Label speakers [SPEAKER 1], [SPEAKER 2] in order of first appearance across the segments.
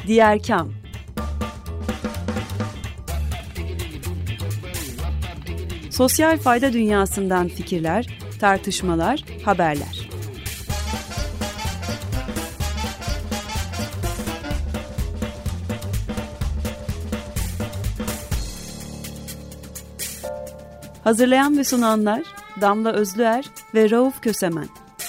[SPEAKER 1] Diğer Kam. Sosyal fayda dünyasından fikirler, tartışmalar, haberler. Hazırlayan ve sunanlar Damla Özlüer ve Rauf Kösemen.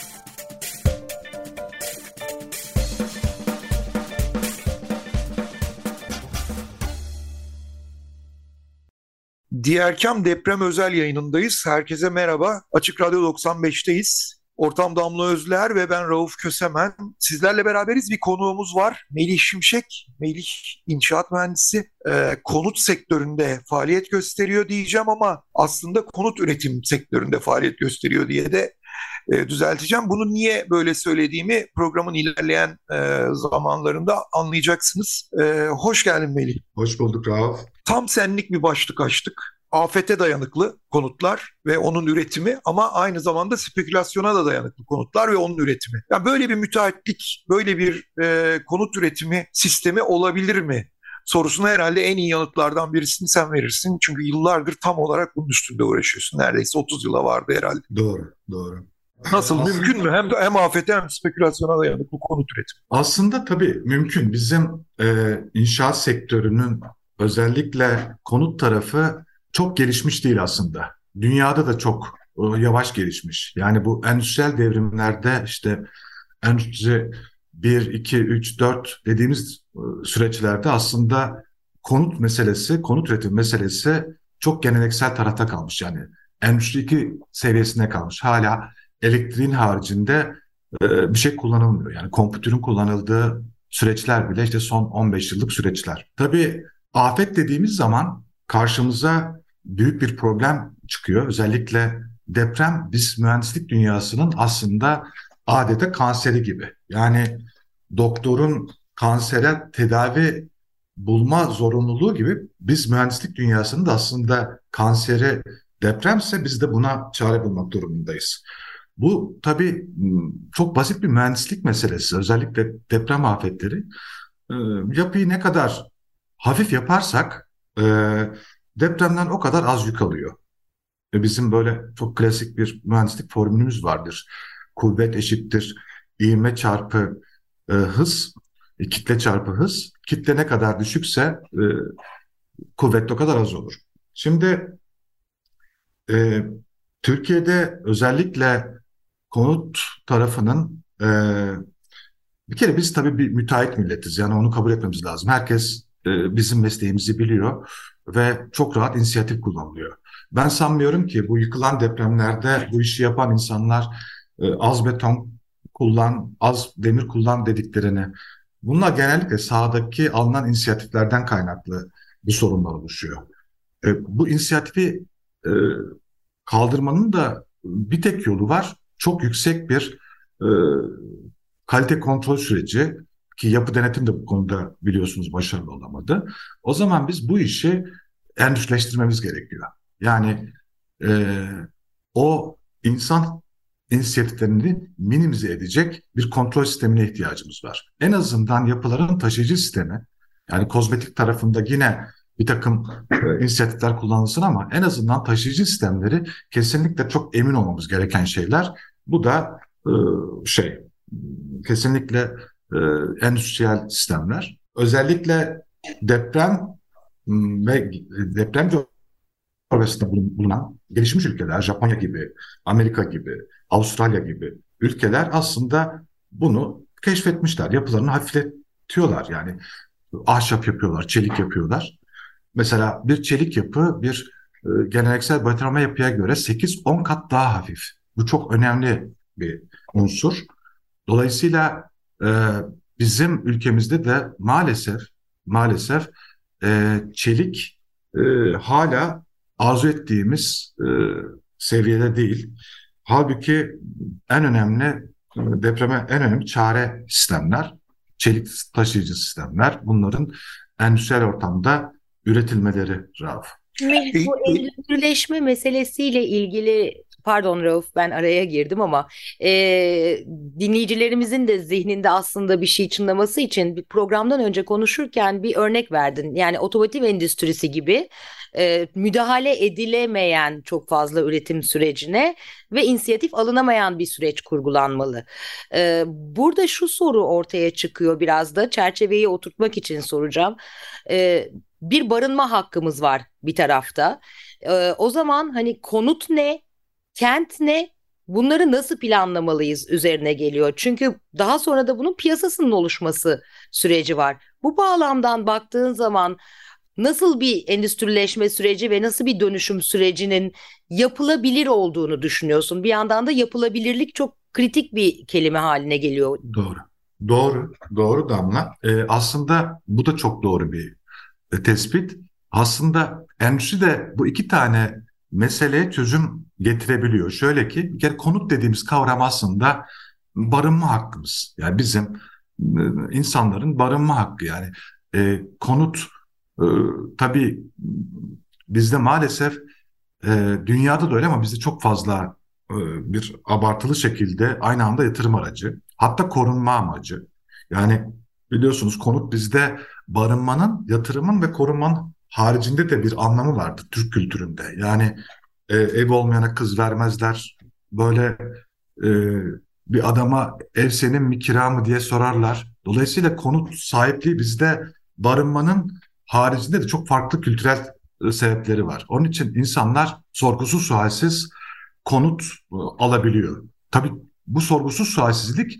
[SPEAKER 2] Diğer Kam deprem özel yayınındayız. Herkese merhaba. Açık Radyo 95'teyiz. Ortam Damla Özler ve ben Rauf Kösemen. Sizlerle beraberiz. Bir konuğumuz var. Melih Şimşek. Melih inşaat mühendisi. Konut sektöründe faaliyet gösteriyor diyeceğim ama aslında konut üretim sektöründe faaliyet gösteriyor diye de düzelteceğim. Bunu niye böyle söylediğimi programın ilerleyen zamanlarında anlayacaksınız. Hoş geldin Melih.
[SPEAKER 3] Hoş bulduk Rauf.
[SPEAKER 2] Tam senlik bir başlık açtık. Afete dayanıklı konutlar ve onun üretimi ama aynı zamanda spekülasyona da dayanıklı konutlar ve onun üretimi. Yani böyle bir müteahhitlik, böyle bir konut üretimi sistemi olabilir mi sorusuna herhalde en iyi yanıtlardan birisini sen verirsin. Çünkü yıllardır tam olarak bunun üstünde uğraşıyorsun. Neredeyse 30 yıla vardı herhalde.
[SPEAKER 3] Doğru.
[SPEAKER 2] Nasıl mümkün mü? Hem afete hem spekülasyona dayanıklı konut üretimi.
[SPEAKER 3] Aslında tabii mümkün. Bizim inşaat sektörünün özellikle konut tarafı çok gelişmiş değil aslında. Dünyada da çok yavaş gelişmiş. Yani bu endüstriyel devrimlerde işte endüstri 1, 2, 3, 4 dediğimiz süreçlerde aslında konut meselesi, konut üretim meselesi çok geleneksel tarafta kalmış. Yani endüstri 2 seviyesine kalmış. Hala elektriğin haricinde bir şey kullanılmıyor. Yani kompütürün kullanıldığı süreçler bile işte son 15 yıllık süreçler. Tabii afet dediğimiz zaman karşımıza büyük bir problem çıkıyor. Özellikle deprem biz mühendislik dünyasının aslında adeta kanseri gibi. Yani doktorun kansere tedavi bulma zorunluluğu gibi biz mühendislik dünyasının da aslında kanseri depremse biz de buna çare bulmak durumundayız. Bu tabii çok basit bir mühendislik meselesi. Özellikle deprem afetleri. Yapıyı ne kadar hafif yaparsak depremden o kadar az yük alıyor. Bizim böyle çok klasik bir mühendislik formülümüz vardır. Kuvvet eşittir ivme çarpı hız, kitle çarpı hız. Kitle ne kadar düşükse kuvvet o kadar az olur. Şimdi Türkiye'de özellikle konut tarafının bir kere biz tabii bir müteahhit milletiz. Yani onu kabul etmemiz lazım. Herkes bizim mesleğimizi biliyor ve çok rahat inisiyatif kullanılıyor. Ben sanmıyorum ki bu yıkılan depremlerde bu işi yapan insanlar az beton kullan, az demir kullan dediklerini. Bunlar genellikle sahadaki alınan inisiyatiflerden kaynaklı bir sorunlar oluşuyor. Bu inisiyatifi kaldırmanın da bir tek yolu var. Çok yüksek bir kalite kontrol süreci ki yapı denetim de bu konuda biliyorsunuz başarılı olamadı. O zaman biz bu işi endüstrileştirmemiz gerekiyor. Yani o insan inisiyatiflerini minimize edecek bir kontrol sistemine ihtiyacımız var. En azından yapıların taşıyıcı sistemi, yani kozmetik tarafında yine bir takım inisiyatifler kullanılsın ama en azından taşıyıcı sistemleri kesinlikle çok emin olmamız gereken şeyler. Bu da kesinlikle endüstriyel sistemler. Özellikle deprem ve deprem coğrafyasında bulunan gelişmiş ülkeler, Japonya gibi, Amerika gibi, Avustralya gibi ülkeler aslında bunu keşfetmişler. Yapılarını hafifletiyorlar. Yani ahşap yapıyorlar, çelik yapıyorlar. Mesela bir çelik yapı bir geleneksel betonarme yapıya göre 8-10 kat daha hafif. Bu çok önemli bir unsur. Dolayısıyla bizim ülkemizde de maalesef çelik hala arzu ettiğimiz seviyede değil. Halbuki en önemli depreme en önemli çare sistemler, çelik taşıyıcı sistemler. Bunların endüstriyel ortamda üretilmeleri Rauf.
[SPEAKER 4] Bu endüstrileşme meselesiyle ilgili, pardon Rauf ben araya girdim ama dinleyicilerimizin de zihninde aslında bir şey çınlaması için bir programdan önce konuşurken bir örnek verdin. Yani otomotiv endüstrisi gibi müdahale edilemeyen çok fazla üretim sürecine ve inisiyatif alınamayan bir süreç kurgulanmalı. Burada şu soru ortaya çıkıyor, biraz da çerçeveyi oturtmak için soracağım. Bir barınma hakkımız var bir tarafta. O zaman hani konut ne, kent ne, bunları nasıl planlamalıyız üzerine geliyor. Çünkü daha sonra da bunun piyasasının oluşması süreci var. Bu bağlamdan baktığın zaman nasıl bir endüstrileşme süreci ve nasıl bir dönüşüm sürecinin yapılabilir olduğunu düşünüyorsun? Bir yandan da yapılabilirlik çok kritik bir kelime haline geliyor.
[SPEAKER 3] Doğru. Doğru Damla. Aslında bu da çok doğru bir tespit. Aslında endüstri de bu iki tane meseleye çözüm getirebiliyor. Şöyle ki bir kere konut dediğimiz kavram aslında barınma hakkımız. Yani bizim insanların barınma hakkı, yani konut e, tabii bizde maalesef dünyada da öyle ama bizde çok fazla bir abartılı şekilde aynı anda yatırım aracı, hatta korunma amacı. Yani biliyorsunuz konut bizde barınmanın, yatırımın ve korunmanın haricinde de bir anlamı vardır Türk kültüründe. Yani ev olmayana kız vermezler. Böyle e, bir adama ev senin mi kira mı diye sorarlar. Dolayısıyla konut sahipliği bizde barınmanın haricinde de çok farklı kültürel sebepleri var. Onun için insanlar sorgusuz sualsiz konut alabiliyor. Tabii bu sorgusuz sualsizlik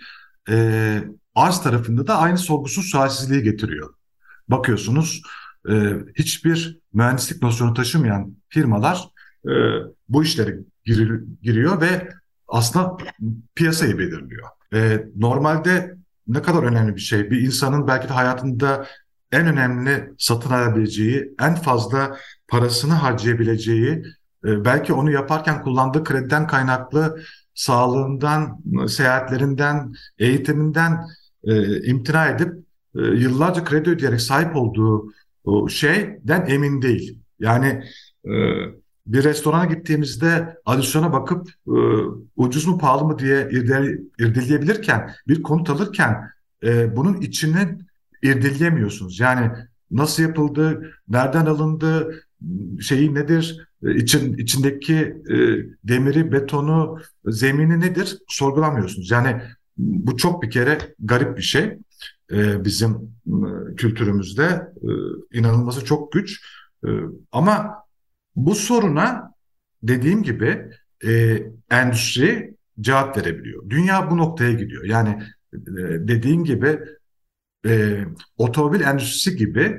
[SPEAKER 3] arz tarafında da aynı sorgusuz sualsizliği getiriyor. Bakıyorsunuz hiçbir mühendislik nosyonu taşımayan firmalar e, bu işlere giriyor ve aslında piyasayı belirliyor. Normalde ne kadar önemli bir şey. Bir insanın belki de hayatında en önemli satın alabileceği, en fazla parasını harcayabileceği, belki onu yaparken kullandığı krediden kaynaklı sağlığından, seyahatlerinden, eğitiminden imtina edip yıllarca kredi ödeyerek sahip olduğu o şeyden emin değil. Yani e, bir restorana gittiğimizde adisyona bakıp ucuz mu pahalı mı diye irdeleyebilirken, bir konut alırken bunun içini irdeleyemiyorsunuz. Yani nasıl yapıldı, nereden alındı, şeyi nedir, içindeki demiri, betonu, zemini nedir sorgulamıyorsunuz. Yani bu çok bir kere garip bir şey. Bizim kültürümüzde inanılması çok güç. Ama bu soruna dediğim gibi endüstri cevap verebiliyor. Dünya bu noktaya gidiyor. Yani dediğim gibi otomobil endüstrisi gibi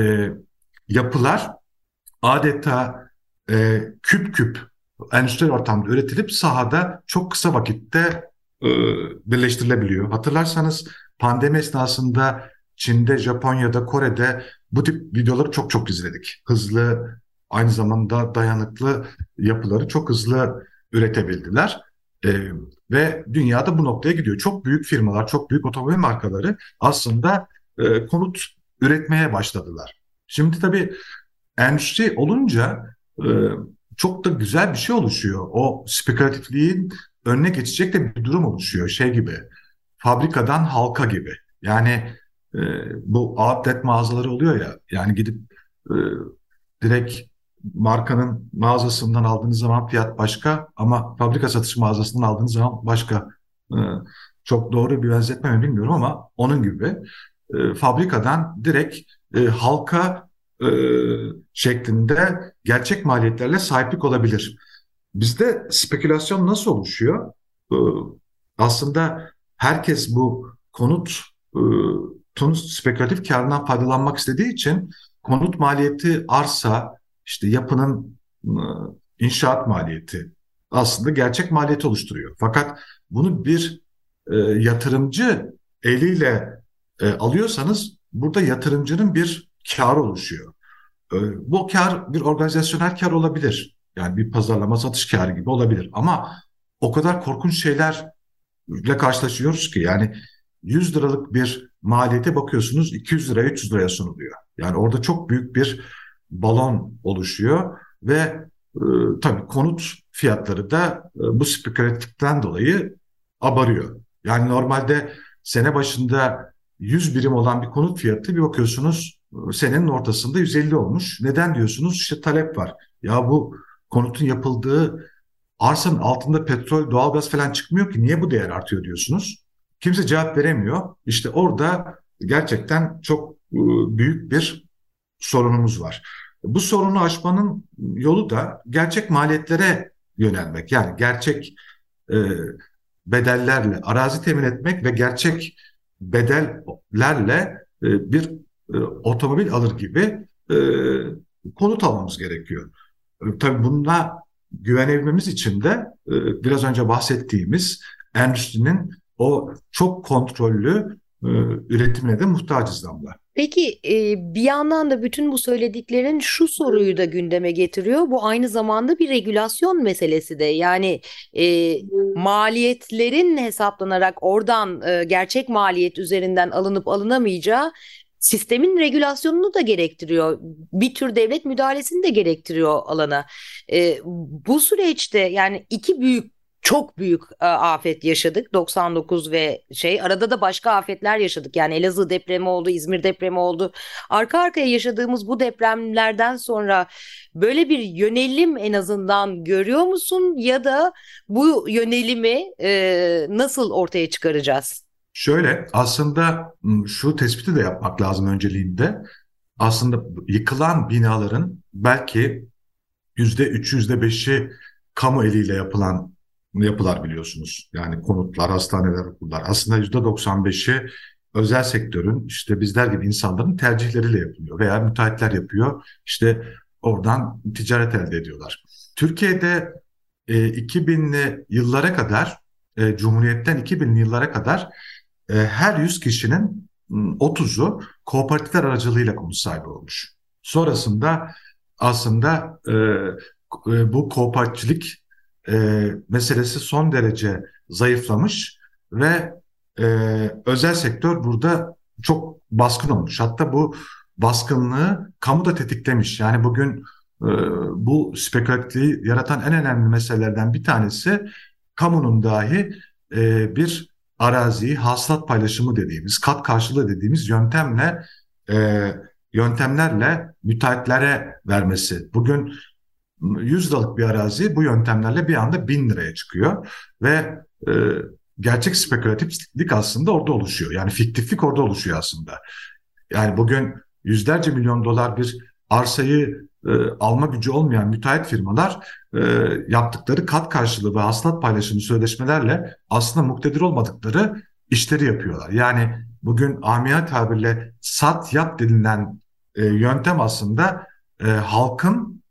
[SPEAKER 3] yapılar adeta küp küp endüstriyel ortamda üretilip sahada çok kısa vakitte e, birleştirilebiliyor. Hatırlarsanız pandemi esnasında Çin'de, Japonya'da, Kore'de bu tip videoları çok çok izledik. Hızlı, aynı zamanda dayanıklı yapıları çok hızlı üretebildiler. E, Ve dünyada bu noktaya gidiyor. Çok büyük firmalar, çok büyük otomobil markaları aslında konut üretmeye başladılar. Şimdi tabii endüstri olunca e, çok da güzel bir şey oluşuyor. O spekülatifliğin önüne geçecek de bir durum oluşuyor. Şey gibi, fabrikadan halka gibi. Yani e, bu outlet mağazaları oluyor ya. Yani gidip e, direkt markanın mağazasından aldığınız zaman fiyat başka ama fabrika satış mağazasından aldığınız zaman başka. E, Çok doğru bir benzetme mi bilmiyorum ama onun gibi fabrikadan direkt halka e, şeklinde gerçek maliyetlerle sahiplik olabilir. Bizde spekülasyon nasıl oluşuyor? E, Aslında herkes bu konutun spekülatif karından faydalanmak istediği için konut maliyeti arsa, işte yapının inşaat maliyeti aslında gerçek maliyeti oluşturuyor. Fakat bunu bir yatırımcı eliyle alıyorsanız burada yatırımcının bir kârı oluşuyor. Bu kâr bir organizasyonel kâr olabilir. Yani bir pazarlama satış kârı gibi olabilir. Ama o kadar korkunç şeylerle karşılaşıyoruz ki yani 100 liralık bir maliyete bakıyorsunuz 200 liraya 300 liraya sunuluyor. Yani orada çok büyük bir balon oluşuyor ve tabii konut fiyatları da bu spekülatiflikten dolayı abarıyor. Yani normalde sene başında 100 birim olan bir konut fiyatı bir bakıyorsunuz senenin ortasında 150 olmuş. Neden diyorsunuz? İşte talep var. Ya bu konutun yapıldığı arsanın altında petrol, doğalgaz falan çıkmıyor ki niye bu değer artıyor diyorsunuz. Kimse cevap veremiyor. İşte orada gerçekten çok büyük bir sorunumuz var. Bu sorunu aşmanın yolu da gerçek maliyetlere yönelmek. Yani gerçek e, bedellerle arazi temin etmek ve gerçek bedellerle bir otomobil alır gibi e, konut almamız gerekiyor. Tabii bununla güvenebilmemiz için de biraz önce bahsettiğimiz endüstrinin o çok kontrollü üretimine de muhtacız Damla.
[SPEAKER 4] Peki bir yandan da bütün bu söylediklerin şu soruyu da gündeme getiriyor. Bu aynı zamanda bir regülasyon meselesi de. Yani maliyetlerin hesaplanarak oradan gerçek maliyet üzerinden alınıp alınamayacağı sistemin regülasyonunu da gerektiriyor. Bir tür devlet müdahalesini de gerektiriyor alana. Bu süreçte yani çok büyük afet yaşadık 99 ve arada da başka afetler yaşadık. Yani Elazığ depremi oldu, İzmir depremi oldu. Arka arkaya yaşadığımız bu depremlerden sonra böyle bir yönelim en azından görüyor musun ya da bu yönelimi nasıl ortaya çıkaracağız?
[SPEAKER 3] Şöyle aslında şu tespiti de yapmak lazım önceliğinde. Aslında yıkılan binaların belki %3, %5'i kamu eliyle yapılan yapılar biliyorsunuz. Yani konutlar, hastaneler, okullar. Aslında %95'i özel sektörün işte bizler gibi insanların tercihleriyle yapılıyor veya müteahhitler yapıyor. İşte oradan ticaret elde ediyorlar. Türkiye'de 2000'li yıllara kadar, Cumhuriyet'ten 2000'li yıllara kadar her 100 kişinin 30'u kooperatifler aracılığıyla konut sahibi olmuş. Sonrasında aslında bu kooperatifçilik meselesi son derece zayıflamış ve özel sektör burada çok baskın olmuş. Hatta bu baskınlığı kamu da tetiklemiş. Yani bugün bu spekülatifliği yaratan en önemli meselelerden bir tanesi kamunun dahi bir araziyi hasılat paylaşımı dediğimiz, kat karşılığı dediğimiz yöntemlerle müteahhitlere vermesi. Bugün 100 liralık bir arazi bu yöntemlerle bir anda 1000 liraya çıkıyor ve gerçek spekülatiflik aslında orada oluşuyor. Yani fiktiflik orada oluşuyor aslında. Yani bugün yüzlerce milyon dolar bir arsayı alma gücü olmayan müteahhit firmalar yaptıkları kat karşılığı ve hasılat paylaşımı sözleşmelerle aslında muktedir olmadıkları işleri yapıyorlar. Yani bugün amiyane tabirle sat yap denilen yöntem aslında halkın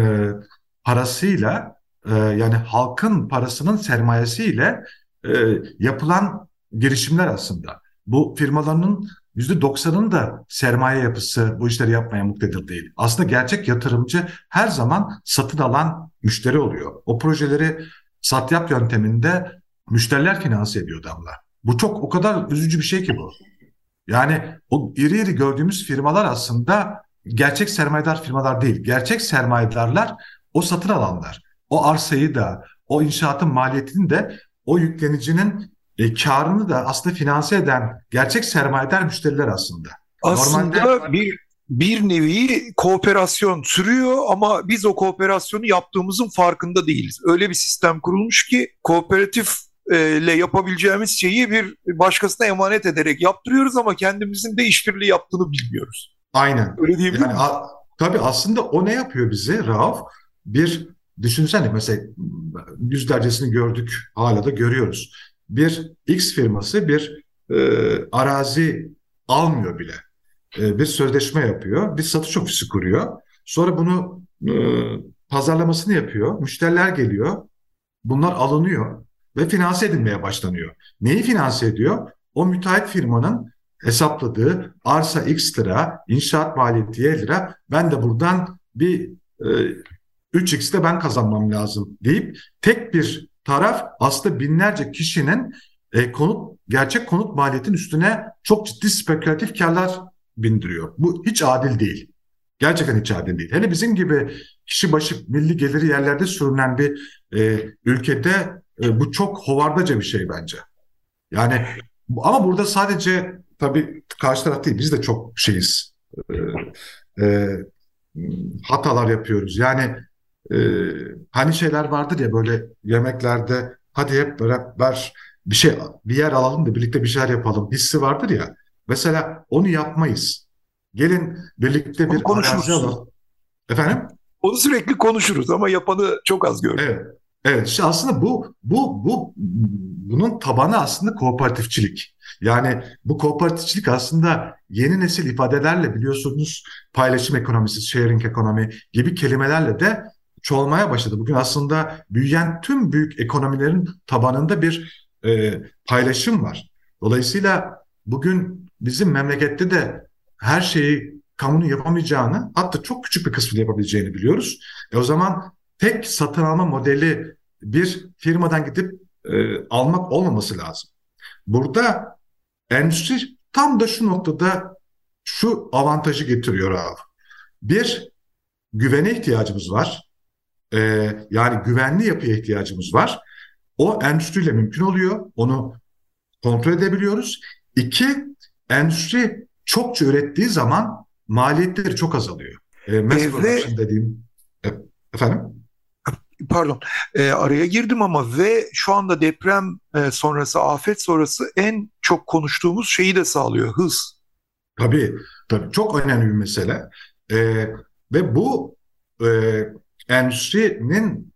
[SPEAKER 3] parasıyla yani halkın parasının sermayesiyle yapılan girişimler aslında. Bu firmaların %90'ının da sermaye yapısı bu işleri yapmaya muktedir değil. Aslında gerçek yatırımcı her zaman satın alan müşteri oluyor. O projeleri sat yap yönteminde müşteriler finanse ediyor Damla. Bu çok o kadar üzücü bir şey ki bu. Yani o iri iri gördüğümüz firmalar aslında gerçek sermayedar firmalar değil. Gerçek sermayedarlar o satın alanlar. O arsayı da, o inşaatın maliyetini de o yüklenicinin karını da aslında finanse eden gerçek sermayedar müşteriler aslında.
[SPEAKER 2] Aslında normalde bir nevi kooperasyon sürüyor ama biz o kooperasyonu yaptığımızın farkında değiliz. Öyle bir sistem kurulmuş ki kooperatifle yapabileceğimiz şeyi bir başkasına emanet ederek yaptırıyoruz ama kendimizin de işbirliği yaptığını bilmiyoruz.
[SPEAKER 3] Aynen.
[SPEAKER 2] Öyle diyebilir
[SPEAKER 3] yani, tabii aslında o ne yapıyor bizi Rauf? Bir düşünsene mesela yüzlercesini gördük, hala da görüyoruz. Bir X firması bir arazi almıyor bile. Bir sözleşme yapıyor, bir satış ofisi kuruyor. Sonra bunu pazarlamasını yapıyor, müşteriler geliyor, bunlar alınıyor ve finanse edilmeye başlanıyor. Neyi finanse ediyor? O müteahhit firmanın hesapladığı arsa X lira, inşaat maliyeti Y lira, ben de buradan bir 3x de ben kazanmam lazım deyip tek bir taraf aslında binlerce kişinin gerçek konut maliyetinin üstüne çok ciddi spekülatif karlar bindiriyor. Bu hiç adil değil. Gerçekten hiç adil değil. Hele bizim gibi kişi başı milli geliri yerlerde sürünen bir ülkede bu çok hovardaca bir şey bence. Yani ama burada sadece tabii karşı taraf değil, biz de çok şeyiz. E, Hatalar yapıyoruz. Yani e, hani şeyler vardır ya böyle yemeklerde, hadi hep beraber bir yer alalım da birlikte bir şeyler yapalım hissi vardır ya. Mesela onu yapmayız. Gelin birlikte
[SPEAKER 2] Onu
[SPEAKER 3] bir arazi
[SPEAKER 2] konuşuruz.
[SPEAKER 3] alalım. Efendim?
[SPEAKER 2] Onu sürekli konuşuruz ama yapanı çok az gördüm.
[SPEAKER 3] Evet. Evet. İşte aslında bunun tabanı aslında kooperatifçilik. Yani bu kooperatifçilik aslında yeni nesil ifadelerle, biliyorsunuz, paylaşım ekonomisi, sharing ekonomi gibi kelimelerle de çoğalmaya başladı. Bugün aslında büyüyen tüm büyük ekonomilerin tabanında bir paylaşım var. Dolayısıyla bugün bizim memlekette de her şeyi kamunun yapamayacağını, hatta çok küçük bir kısmını yapabileceğini biliyoruz. O zaman tek satın alma modeli bir firmadan gidip almak olmaması lazım. Burada endüstri tam da şu noktada şu avantajı getiriyor abi. Bir, güvene ihtiyacımız var. Yani güvenli yapıya ihtiyacımız var. O endüstriyle mümkün oluyor. Onu kontrol edebiliyoruz. İki, endüstri çokça ürettiği zaman maliyetleri çok azalıyor. Mass
[SPEAKER 2] Ve
[SPEAKER 3] production dediğim, e, efendim?
[SPEAKER 2] pardon, araya girdim ama ve şu anda deprem sonrası, afet sonrası en çok konuştuğumuz şeyi de sağlıyor: hız.
[SPEAKER 3] Tabii, tabii çok önemli bir mesele. Ve bu e, endüstrinin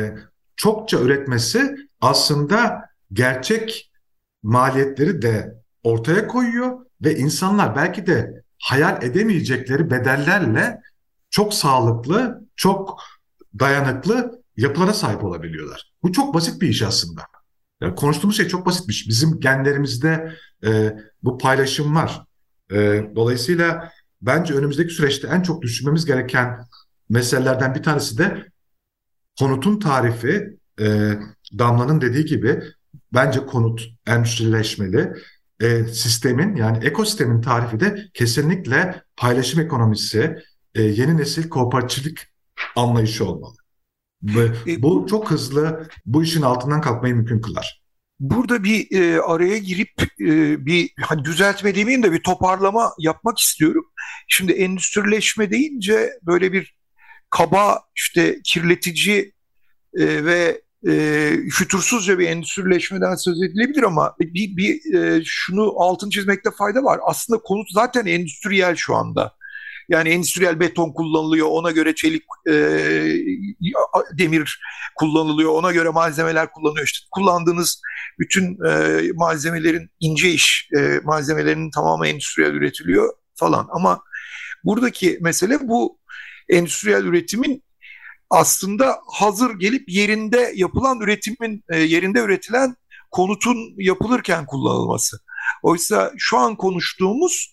[SPEAKER 3] çokça üretmesi aslında gerçek maliyetleri de ortaya koyuyor ve insanlar belki de hayal edemeyecekleri bedellerle çok sağlıklı, çok dayanıklı yapılara sahip olabiliyorlar. Bu çok basit bir iş aslında. Yani konuştuğumuz şey çok basitmiş. Bizim genlerimizde bu paylaşım var. Dolayısıyla bence önümüzdeki süreçte en çok düşünmemiz gereken meselelerden bir tanesi de konutun tarifi. Damla'nın dediği gibi bence konut endüstrileşmeli. Sistemin, yani ekosistemin tarifi de kesinlikle paylaşım ekonomisi, yeni nesil kooperatiflik anlayışı olmalı. Ve bu çok hızlı bu işin altından kalkmayı mümkün kılar.
[SPEAKER 2] Burada bir araya girip bir hani düzeltme demeyeyim de bir toparlama yapmak istiyorum. Şimdi endüstrileşme deyince böyle bir kaba, işte kirletici ve fütursuzca bir endüstrileşmeden söz edilebilir ama şunu altın çizmekte fayda var. Aslında konut zaten endüstriyel şu anda. Yani endüstriyel beton kullanılıyor, ona göre çelik, demir kullanılıyor, ona göre malzemeler kullanılıyor. İşte kullandığınız bütün malzemelerin, ince iş malzemelerinin tamamı endüstriyel üretiliyor falan. Ama buradaki mesele bu endüstriyel üretimin aslında hazır gelip yerinde yapılan üretimin, yerinde üretilen konutun yapılırken kullanılması. Oysa şu an konuştuğumuz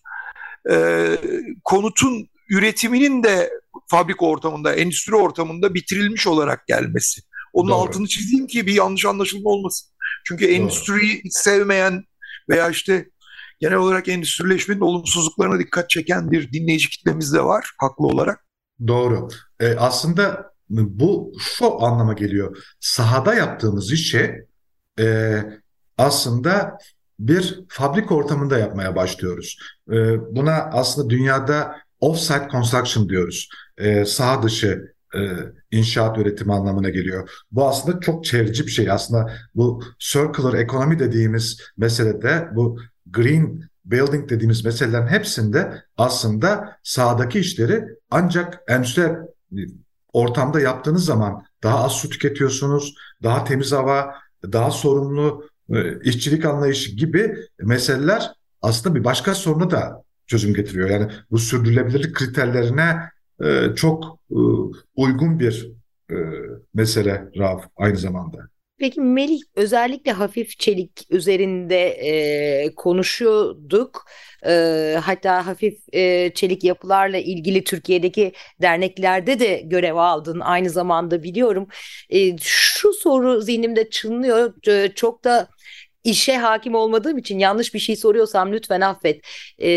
[SPEAKER 2] konutun üretiminin de fabrika ortamında, endüstri ortamında bitirilmiş olarak gelmesi. Onun
[SPEAKER 3] Doğru.
[SPEAKER 2] altını çizeyim ki bir yanlış anlaşılma olmasın. Çünkü
[SPEAKER 3] Doğru.
[SPEAKER 2] endüstriyi sevmeyen veya işte genel olarak endüstrileşmenin olumsuzluklarına dikkat çeken bir dinleyici kitlemiz de var, haklı olarak.
[SPEAKER 3] Doğru. Aslında bu şu anlama geliyor. Sahada yaptığımız işi e, aslında bir fabrika ortamında yapmaya başlıyoruz. Buna aslında dünyada off-site construction diyoruz. Saha dışı inşaat üretimi anlamına geliyor. Bu aslında çok çevreci bir şey. Aslında bu circular economy dediğimiz meselede, bu green building dediğimiz meselelerin hepsinde aslında sahadaki işleri ancak endüstriyel ortamda yaptığınız zaman daha az su tüketiyorsunuz, daha temiz hava, daha sorumlu işçilik anlayışı gibi meseleler aslında bir başka soruna da çözüm getiriyor. Yani bu sürdürülebilirlik kriterlerine çok uygun bir e, mesele Rauf aynı zamanda.
[SPEAKER 4] Peki Melih, özellikle hafif çelik üzerinde konuşuyorduk. Hatta hafif çelik yapılarla ilgili Türkiye'deki derneklerde de görev aldın aynı zamanda, biliyorum. Şu soru zihnimde çınlıyor. Çok da işe hakim olmadığım için yanlış bir şey soruyorsam lütfen affet.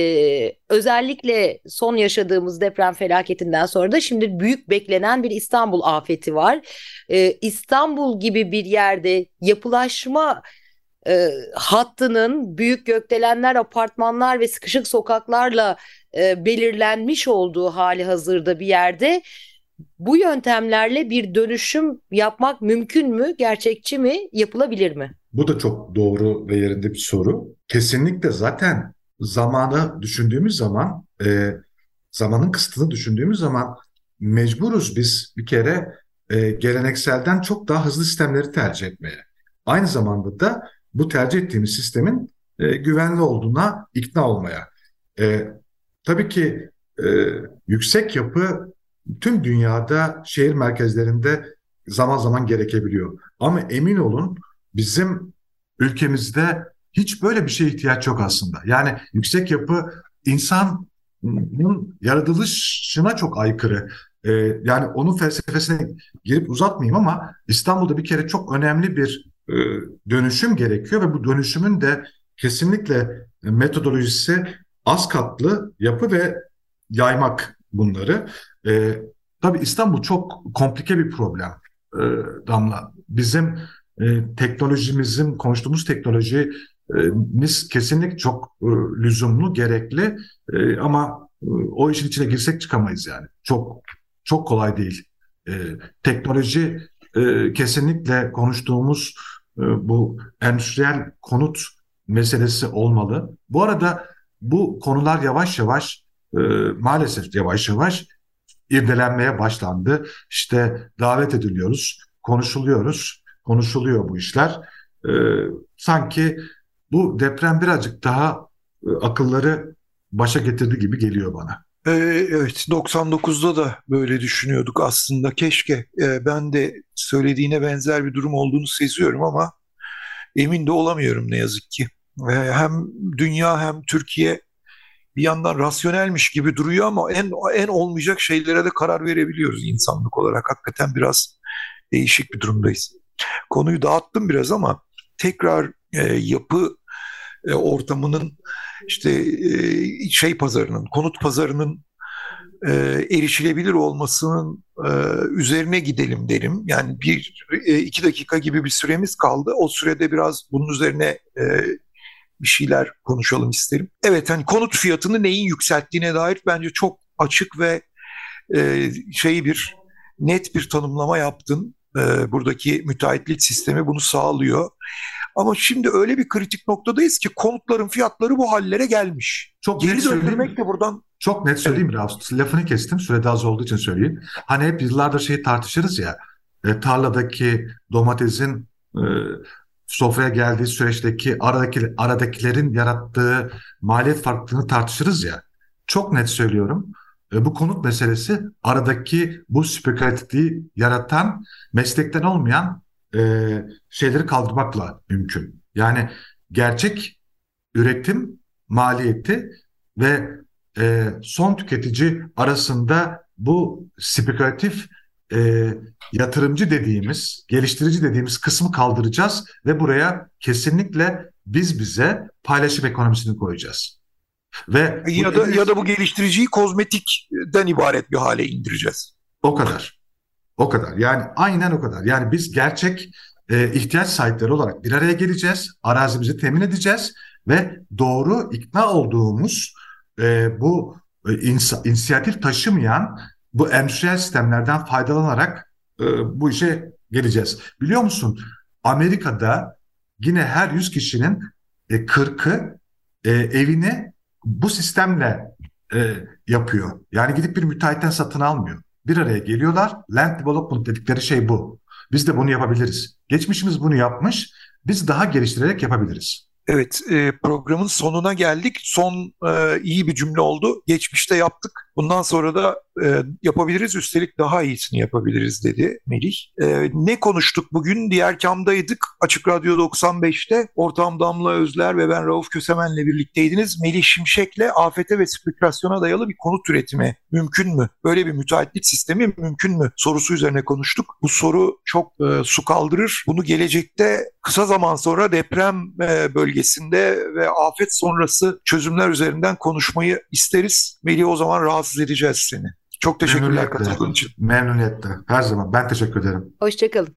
[SPEAKER 4] Özellikle son yaşadığımız deprem felaketinden sonra da şimdi büyük beklenen bir İstanbul afeti var. İstanbul gibi bir yerde yapılaşma hattının büyük gökdelenler, apartmanlar ve sıkışık sokaklarla belirlenmiş olduğu hali hazırda bir yerde bu yöntemlerle bir dönüşüm yapmak mümkün mü, gerçekçi mi, yapılabilir mi?
[SPEAKER 3] Bu da çok doğru ve yerinde bir soru. Kesinlikle zaten zamanı düşündüğümüz zaman, zamanın kısıtını düşündüğümüz zaman mecburuz biz bir kere gelenekselden çok daha hızlı sistemleri tercih etmeye. Aynı zamanda da bu tercih ettiğimiz sistemin güvenli olduğuna ikna olmaya. E, tabii ki yüksek yapı tüm dünyada şehir merkezlerinde zaman zaman gerekebiliyor. Ama emin olun bizim ülkemizde hiç böyle bir şeye ihtiyaç yok aslında. Yani yüksek yapı insanın yaratılışına çok aykırı. Yani onun felsefesine girip uzatmayayım ama İstanbul'da bir kere çok önemli bir dönüşüm gerekiyor ve bu dönüşümün de kesinlikle metodolojisi az katlı yapı ve yaymak bunları. Tabii İstanbul çok komplike bir problem Damla. Bizim teknolojimizin, konuştuğumuz teknolojimiz kesinlikle çok lüzumlu, gerekli ama o işin içine girsek çıkamayız yani. Çok çok kolay değil. Teknoloji kesinlikle konuştuğumuz bu endüstriyel konut meselesi olmalı. Bu arada bu konular yavaş yavaş maalesef yavaş yavaş irdelenmeye başlandı. İşte davet ediliyoruz, konuşuluyoruz, konuşuluyor bu işler. Sanki bu deprem birazcık daha akılları başa getirdi gibi geliyor bana.
[SPEAKER 2] Evet, 99'da da böyle düşünüyorduk aslında. Keşke ben de söylediğine benzer bir durum olduğunu seziyorum ama emin de olamıyorum ne yazık ki. Hem dünya hem Türkiye bir yandan rasyonelmiş gibi duruyor ama en olmayacak şeylere de karar verebiliyoruz insanlık olarak. Hakikaten biraz değişik bir durumdayız. Konuyu dağıttım biraz ama tekrar yapı ortamının işte pazarının, konut pazarının erişilebilir olmasının üzerine gidelim derim. Yani iki dakika gibi bir süremiz kaldı. O sürede biraz bunun üzerine bir şeyler konuşalım isterim. Evet, hani konut fiyatını neyin yükselttiğine dair bence çok açık ve net bir tanımlama yaptın. Buradaki müteahhitlik sistemi bunu sağlıyor. Ama şimdi öyle bir kritik noktadayız ki konutların fiyatları bu hallere gelmiş.
[SPEAKER 3] Çok
[SPEAKER 2] Geri
[SPEAKER 3] net söyleyeyim.
[SPEAKER 2] döndürmek de buradan...
[SPEAKER 3] Çok net söyleyeyim Rauf. Lafını kestim. Sürede az olduğu için söyleyeyim. Hani hep yıllardır tartışırız ya. Tarladaki domatesin sofraya geldiği süreçteki aradakilerin yarattığı maliyet farklılığını tartışırız ya. Çok net söylüyorum. Bu konut meselesi aradaki bu spekülatifliği yaratan meslekten olmayan şeyleri kaldırmakla mümkün. Yani gerçek üretim maliyeti ve son tüketici arasında bu spekülatif yatırımcı dediğimiz, geliştirici dediğimiz kısmı kaldıracağız ve buraya kesinlikle bize paylaşım ekonomisini koyacağız. Ve
[SPEAKER 2] ya da bu geliştiriciyi kozmetikten ibaret bir hale indireceğiz.
[SPEAKER 3] O kadar. O kadar. Yani aynen o kadar. Yani biz gerçek ihtiyaç sahipleri olarak bir araya geleceğiz, arazimizi temin edeceğiz ve doğru ikna olduğumuz bu inisiyatif taşımayan bu endüstriyel sistemlerden faydalanarak bu işe geleceğiz. Biliyor musun? Amerika'da yine her 100 kişinin 40'ı evini bu sistemle yapıyor. Yani gidip bir müteahhitten satın almıyor. Bir araya geliyorlar. Land development dedikleri şey bu. Biz de bunu yapabiliriz. Geçmişimiz bunu yapmış. Biz daha geliştirerek yapabiliriz.
[SPEAKER 2] Evet, programın sonuna geldik. Son iyi bir cümle oldu. Geçmişte yaptık. Bundan sonra da yapabiliriz. Üstelik daha iyisini yapabiliriz dedi Melih. Ne konuştuk bugün? Diğer kamdaydık. Açık Radyo 95'te. Ortağım Damla Özler ve ben Rauf Kösemen'le birlikteydiniz. Melih Şimşek'le afete ve spekülasyona dayalı bir konut üretimi mümkün mü? Böyle bir müteahhitlik sistemi mümkün mü? Sorusu üzerine konuştuk. Bu soru çok su kaldırır. Bunu gelecekte kısa zaman sonra deprem bölgesinde ve afet sonrası çözümler üzerinden konuşmayı isteriz. Melih, o zaman rahatsız edeceğiz seni. Çok teşekkürler katıldığın için.
[SPEAKER 3] Memnuniyetle. Her zaman. Ben teşekkür ederim.
[SPEAKER 4] Hoşça kalın.